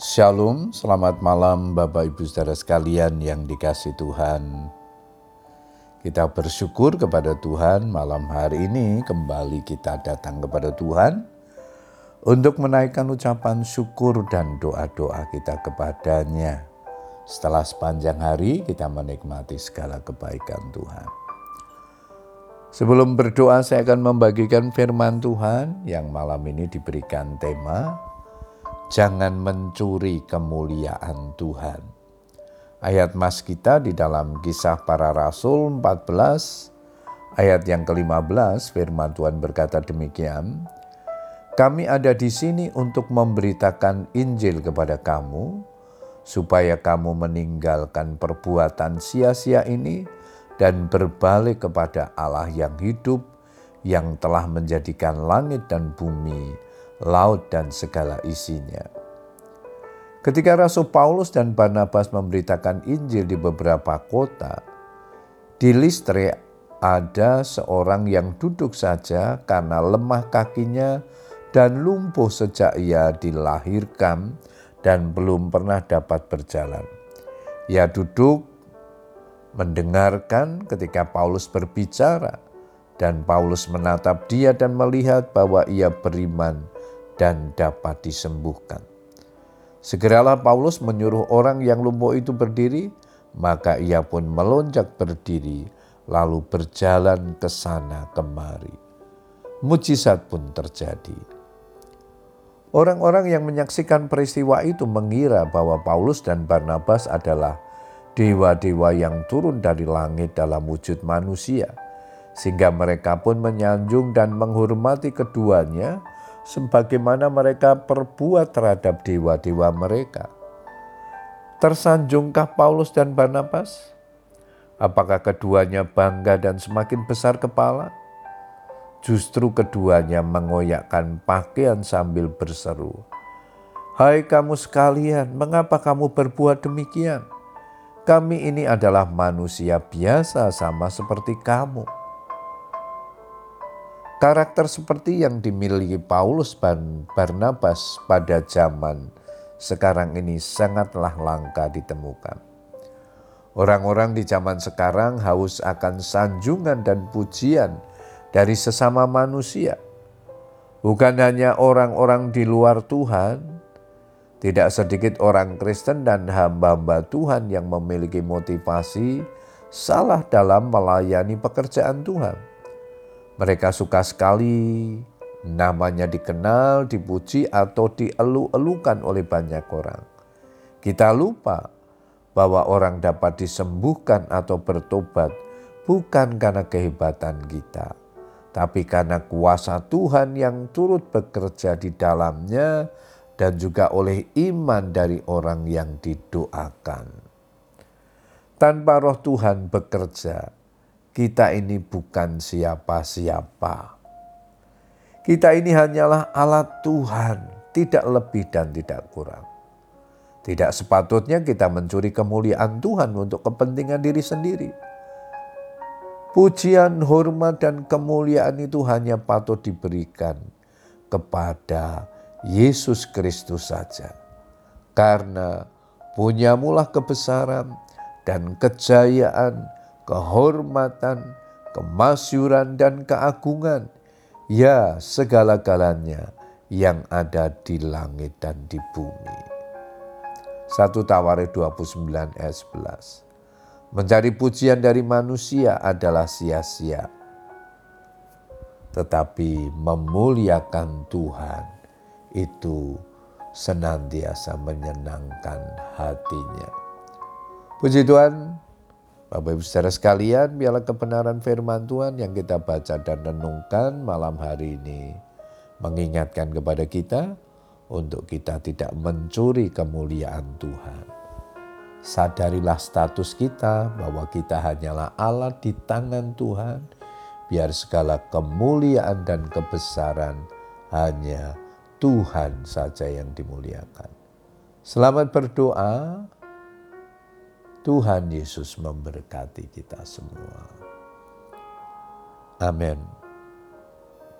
Shalom, selamat malam Bapak Ibu Saudara sekalian yang dikasihi Tuhan. Kita bersyukur kepada Tuhan malam hari ini kembali kita datang kepada Tuhan untuk menaikkan ucapan syukur dan doa-doa kita kepadanya. Setelah sepanjang hari kita menikmati segala kebaikan Tuhan. Sebelum berdoa saya akan membagikan firman Tuhan yang malam ini diberikan tema jangan mencuri kemuliaan Tuhan. Ayat mas kita di dalam Kisah Para Rasul 14 ayat yang ke-15 firman Tuhan berkata demikian. Kami ada di sini untuk memberitakan Injil kepada kamu supaya kamu meninggalkan perbuatan sia-sia ini dan berbalik kepada Allah yang hidup yang telah menjadikan langit dan bumi, laut dan segala isinya. Ketika Rasul Paulus dan Barnabas memberitakan Injil di beberapa kota, di Listra ada seorang yang duduk saja karena lemah kakinya dan lumpuh sejak ia dilahirkan dan belum pernah dapat berjalan. Ia duduk mendengarkan ketika Paulus berbicara, dan Paulus menatap dia dan melihat bahwa ia beriman dan dapat disembuhkan. Segeralah Paulus menyuruh orang yang lumpuh itu berdiri, maka ia pun melonjak berdiri, lalu berjalan ke sana kemari. Mujizat pun terjadi. Orang-orang yang menyaksikan peristiwa itu mengira bahwa Paulus dan Barnabas adalah dewa-dewa yang turun dari langit dalam wujud manusia, sehingga mereka pun menyanjung dan menghormati keduanya sebagaimana mereka perbuat terhadap dewa-dewa mereka. Tersanjungkah Paulus dan Barnabas? Apakah keduanya bangga dan semakin besar kepala? Justru keduanya mengoyakkan pakaian sambil berseru, "Hai kamu sekalian, mengapa kamu berbuat demikian? Kami ini adalah manusia biasa sama seperti kamu." Karakter seperti yang dimiliki Paulus dan Barnabas pada zaman sekarang ini sangatlah langka ditemukan. Orang-orang di zaman sekarang haus akan sanjungan dan pujian dari sesama manusia. Bukan hanya orang-orang di luar Tuhan, tidak sedikit orang Kristen dan hamba-hamba Tuhan yang memiliki motivasi salah dalam melayani pekerjaan Tuhan. Mereka suka sekali namanya dikenal, dipuji atau dielu-elukan oleh banyak orang. Kita lupa bahwa orang dapat disembuhkan atau bertobat bukan karena kehebatan kita, tapi karena kuasa Tuhan yang turut bekerja di dalamnya dan juga oleh iman dari orang yang didoakan. Tanpa roh Tuhan bekerja, kita ini bukan siapa-siapa. Kita ini hanyalah alat Tuhan, tidak lebih dan tidak kurang. Tidak sepatutnya kita mencuri kemuliaan Tuhan untuk kepentingan diri sendiri. Pujian, hormat, dan kemuliaan itu hanya patut diberikan kepada Yesus Kristus saja. Karena punyamulah kebesaran dan kejayaan, kehormatan, kemasyuran, dan keagungan, ya segala-galanya yang ada di langit dan di bumi. 1 Tawarik 29 ayat 11. Mencari pujian dari manusia adalah sia-sia, tetapi memuliakan Tuhan itu senantiasa menyenangkan hatinya. Puji Tuhan. Bapak Ibu Saudara sekalian, biarlah kebenaran firman Tuhan yang kita baca dan renungkan malam hari ini mengingatkan kepada kita untuk kita tidak mencuri kemuliaan Tuhan. Sadarilah status kita bahwa kita hanyalah alat di tangan Tuhan, biar segala kemuliaan dan kebesaran hanya Tuhan saja yang dimuliakan. Selamat berdoa. Tuhan Yesus memberkati kita semua. Amin.